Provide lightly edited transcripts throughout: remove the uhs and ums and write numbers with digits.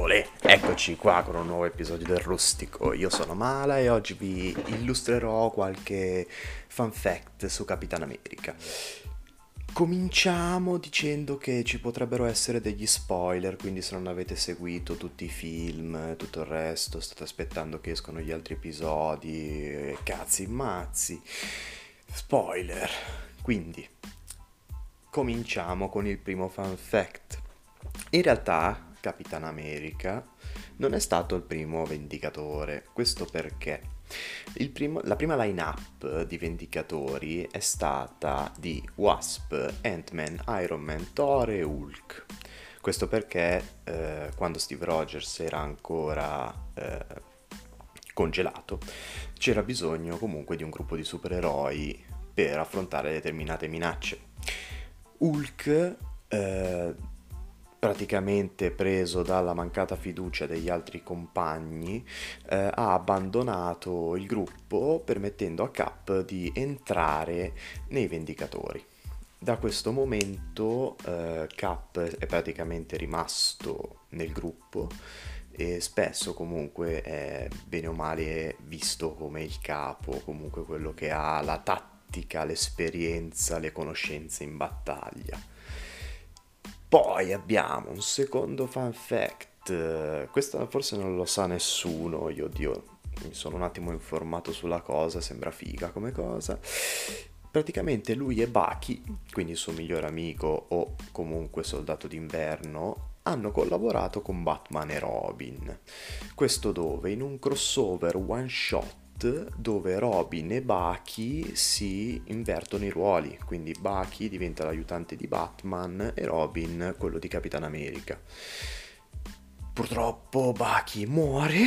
Olè, eccoci qua con un nuovo episodio del Rustico. Io sono Mala e oggi vi illustrerò qualche fun fact su Capitan America. Cominciamo dicendo che ci potrebbero essere degli spoiler, quindi se non avete seguito tutti i film e tutto il resto, state aspettando che escono gli altri episodi, cazzi mazzi. Spoiler. Quindi, cominciamo con il primo fun fact. In realtà, Capitan America non è stato il primo Vendicatore, questo perché la prima line-up di Vendicatori è stata di Wasp, Ant-Man, Iron Man, Thor e Hulk. Questo perché quando Steve Rogers era ancora congelato, c'era bisogno comunque di un gruppo di supereroi per affrontare determinate minacce. Hulk, praticamente preso dalla mancata fiducia degli altri compagni, ha abbandonato il gruppo permettendo a Cap di entrare nei Vendicatori. Da questo momento Cap è praticamente rimasto nel gruppo e spesso comunque è bene o male visto come il capo, comunque quello che ha la tattica, l'esperienza, le conoscenze in battaglia. Poi abbiamo un secondo fun fact, questo forse non lo sa nessuno, io oddio, mi sono un attimo informato sulla cosa, sembra figa come cosa. Praticamente lui e Bucky, quindi il suo migliore amico o comunque soldato d'inverno, hanno collaborato con Batman e Robin. Questo dove? In un crossover one shot dove Robin e Bucky si invertono i ruoli, quindi Bucky diventa l'aiutante di Batman e Robin quello di Capitan America. Purtroppo Bucky muore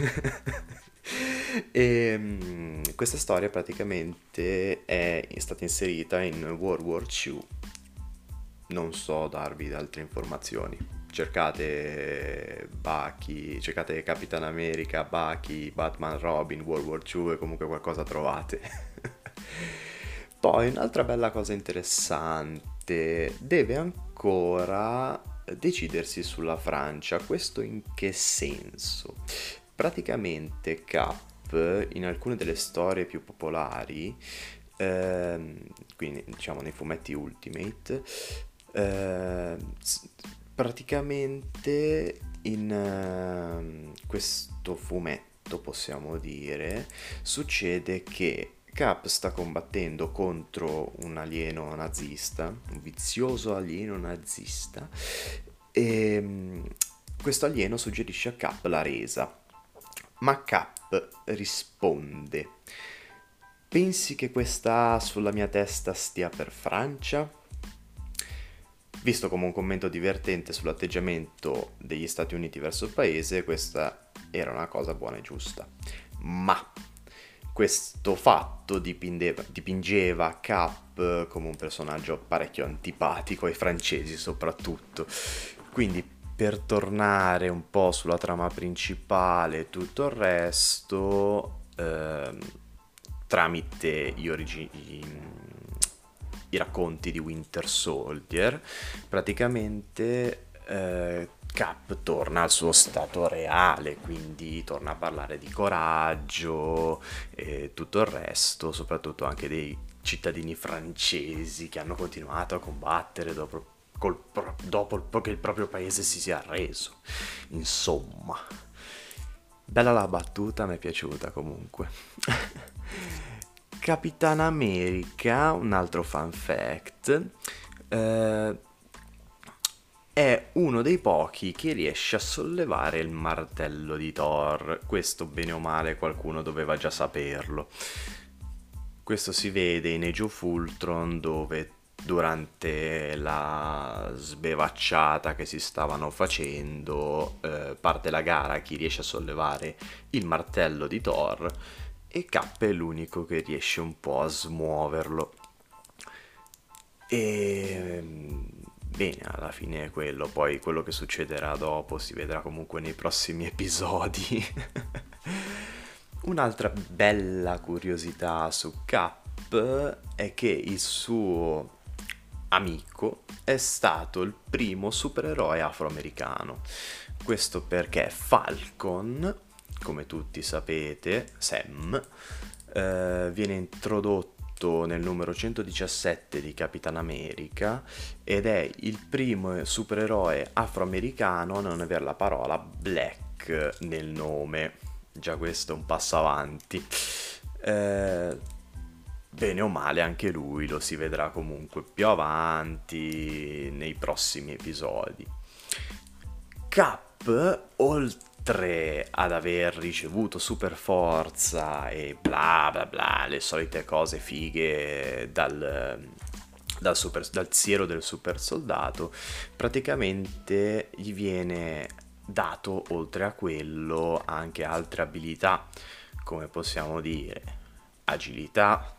e questa storia praticamente è stata inserita in World War II. Non so darvi altre informazioni. Cercate Bucky, cercate Capitan America, Bucky, Batman, Robin, World War II e comunque qualcosa trovate. Poi un'altra bella cosa interessante, deve ancora decidersi sulla Francia. Questo in che senso? Praticamente Cap in alcune delle storie più popolari, quindi diciamo nei fumetti Ultimate, praticamente in questo fumetto possiamo dire succede che Cap sta combattendo contro un alieno nazista, un vizioso alieno nazista, e questo alieno suggerisce a Cap la resa, ma Cap risponde: pensi che questa A sulla mia testa stia per Francia? Visto come un commento divertente sull'atteggiamento degli Stati Uniti verso il paese, questa era una cosa buona e giusta. Ma questo fatto dipingeva Cap come un personaggio parecchio antipatico ai francesi soprattutto. Quindi per tornare un po' sulla trama principale e tutto il resto, tramite i racconti di Winter Soldier, praticamente Cap torna al suo stato reale, quindi torna a parlare di coraggio e tutto il resto, soprattutto anche dei cittadini francesi che hanno continuato a combattere dopo che il proprio paese si sia arreso. Insomma, bella la battuta, mi è piaciuta comunque. Capitan America, un altro fun fact, è uno dei pochi che riesce a sollevare il martello di Thor. Questo bene o male qualcuno doveva già saperlo. Questo si vede in Age of Ultron, dove durante la sbevacciata che si stavano facendo parte la gara a chi riesce a sollevare il martello di Thor e Cap è l'unico che riesce un po' a smuoverlo. E bene, alla fine è quello, poi quello che succederà dopo si vedrà comunque nei prossimi episodi. Un'altra bella curiosità su Cap è che il suo amico è stato il primo supereroe afroamericano. Questo perché Falcon, come tutti sapete, Sam, viene introdotto nel numero 117 di Capitan America ed è il primo supereroe afroamericano a non avere la parola black nel nome. Già questo è un passo avanti. Bene o male anche lui lo si vedrà comunque più avanti nei prossimi episodi. Cap, oltre ad aver ricevuto super forza e bla bla bla, le solite cose fighe dal siero del super soldato, praticamente gli viene dato, oltre a quello, anche altre abilità, come possiamo dire, agilità,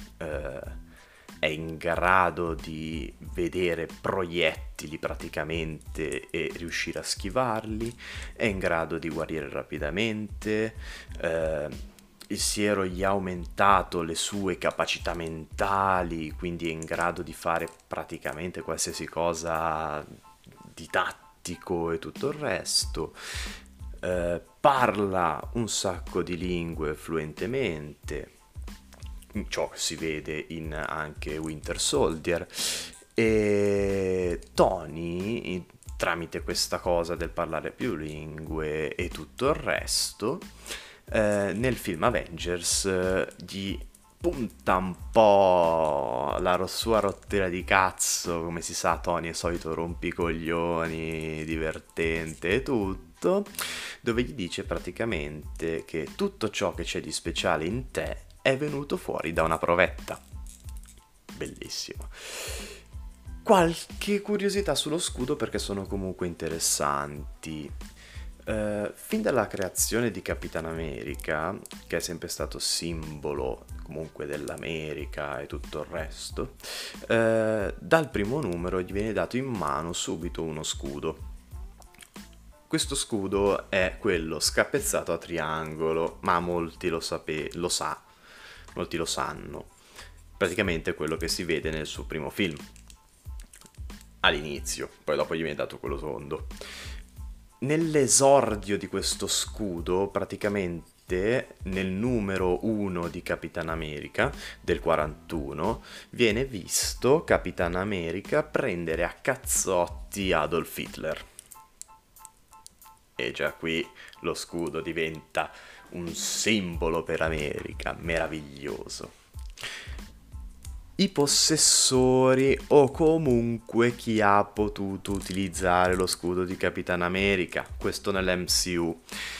è in grado di vedere proiettili praticamente e riuscire a schivarli, è in grado di guarire rapidamente, il siero gli ha aumentato le sue capacità mentali, quindi è in grado di fare praticamente qualsiasi cosa di tattico e tutto il resto. Parla un sacco di lingue fluentemente, ciò che si vede in anche Winter Soldier, e Tony, tramite questa cosa del parlare più lingue e tutto il resto, nel film Avengers gli punta un po' la sua rottura di cazzo. Come si sa, Tony è solito rompicoglioni, divertente e tutto, dove gli dice praticamente che tutto ciò che c'è di speciale in te è venuto fuori da una provetta. Bellissimo. Qualche curiosità sullo scudo, perché sono comunque interessanti. Fin dalla creazione di Capitan America, che è sempre stato simbolo comunque dell'America e tutto il resto, dal primo numero gli viene dato in mano subito uno scudo. Questo scudo è quello scappezzato a triangolo, ma molti molti lo sanno. Praticamente quello che si vede nel suo primo film, all'inizio, poi dopo gli viene dato quello tondo. Nell'esordio di questo scudo, praticamente nel numero 1 di Capitan America del 41, viene visto Capitan America prendere a cazzotti Adolf Hitler. E già qui lo scudo diventa un simbolo per America, meraviglioso. I possessori, o comunque chi ha potuto utilizzare lo scudo di Capitan America, questo nell'MCU,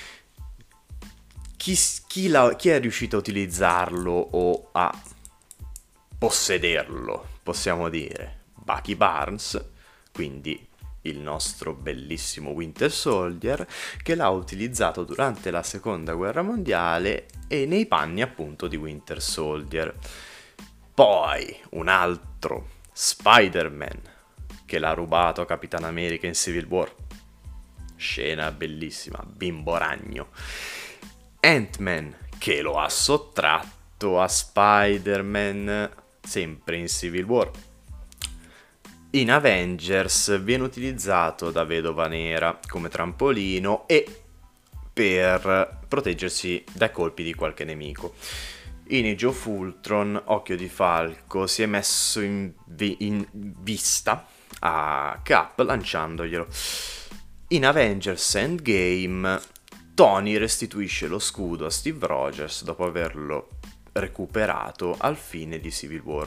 chi è riuscito a utilizzarlo o a possederlo, possiamo dire? Bucky Barnes, quindi il nostro bellissimo Winter Soldier, che l'ha utilizzato durante la seconda guerra mondiale e nei panni appunto di Winter Soldier. Poi un altro, Spider-Man, che l'ha rubato a Capitan America in Civil War. Scena bellissima, bimbo ragno. Ant-Man, che lo ha sottratto a Spider-Man sempre in Civil War. In Avengers viene utilizzato da Vedova Nera come trampolino e per proteggersi dai colpi di qualche nemico. In Age of Ultron, Occhio di Falco si è messo in vista a Cap lanciandoglielo. In Avengers Endgame, Tony restituisce lo scudo a Steve Rogers dopo averlo recuperato alla fine di Civil War.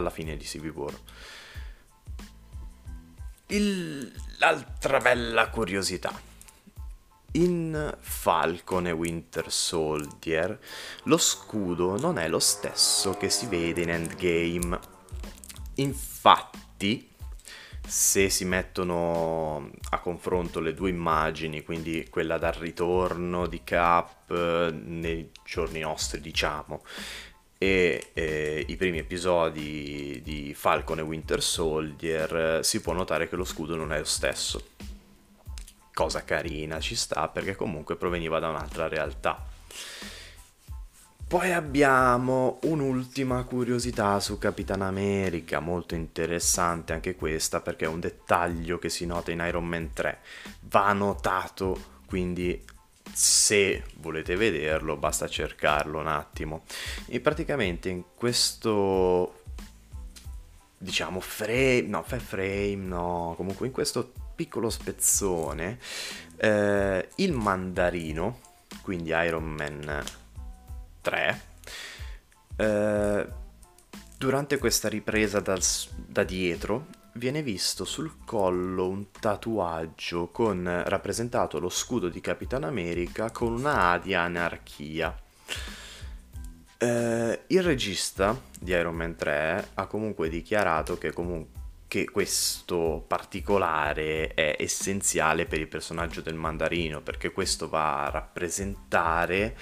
L'altra bella curiosità. In Falcon e Winter Soldier lo scudo non è lo stesso che si vede in Endgame. Infatti, se si mettono a confronto le due immagini, quindi quella dal ritorno di Cap nei giorni nostri, diciamo, e i primi episodi di Falcon e Winter Soldier, si può notare che lo scudo non è lo stesso. Cosa carina, ci sta, perché comunque proveniva da un'altra realtà. Poi abbiamo un'ultima curiosità su Capitan America, molto interessante anche questa perché è un dettaglio che si nota in Iron Man 3. Va notato, quindi se volete vederlo basta cercarlo un attimo. E praticamente in questo, diciamo, comunque in questo piccolo spezzone, il mandarino, quindi Iron Man 3, eh, durante questa ripresa da dietro viene visto sul collo un tatuaggio con rappresentato lo scudo di Capitan America con una A di anarchia. Il regista di Iron Man 3 ha comunque dichiarato che questo particolare è essenziale per il personaggio del mandarino, perché questo va a rappresentare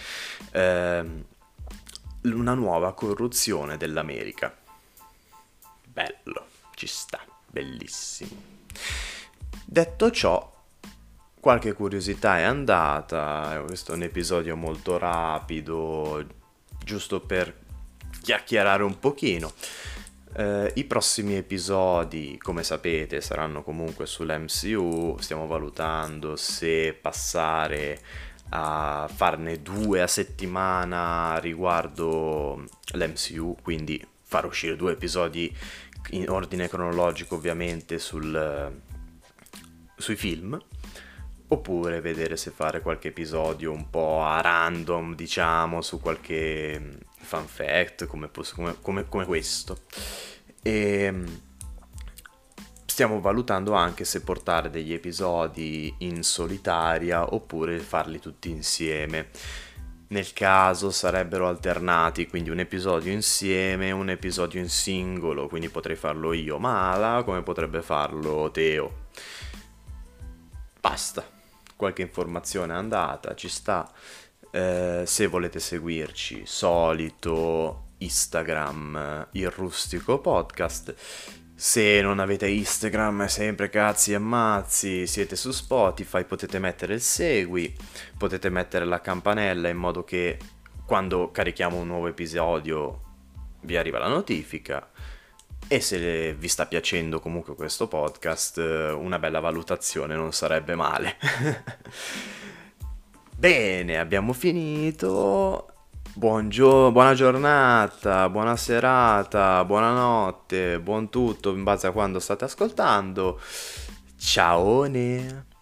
una nuova corruzione dell'America. Bello, ci sta, bellissimo. Detto ciò, qualche curiosità è andata, questo è un episodio molto rapido, giusto per chiacchierare un pochino. I prossimi episodi, come sapete, saranno comunque sull'MCU, stiamo valutando se passare a farne 2 a settimana riguardo l'MCU, quindi far uscire 2 episodi in ordine cronologico ovviamente sui film, oppure vedere se fare qualche episodio un po' a random, diciamo, su qualche fun fact come questo. E stiamo valutando anche se portare degli episodi in solitaria oppure farli tutti insieme. Nel caso sarebbero alternati, quindi un episodio insieme, un episodio in singolo, quindi potrei farlo io, Mala, come potrebbe farlo Teo. Basta, qualche informazione è andata, ci sta. Se volete seguirci, solito Instagram, il Rustico Podcast. Se non avete Instagram, sempre cazzi e mazzi, siete su Spotify, potete mettere il segui, potete mettere la campanella in modo che quando carichiamo un nuovo episodio vi arriva la notifica. E se vi sta piacendo comunque questo podcast, una bella valutazione non sarebbe male. Bene, abbiamo finito. Buona giornata, buona serata, buonanotte, buon tutto in base a quando state ascoltando. Ciao!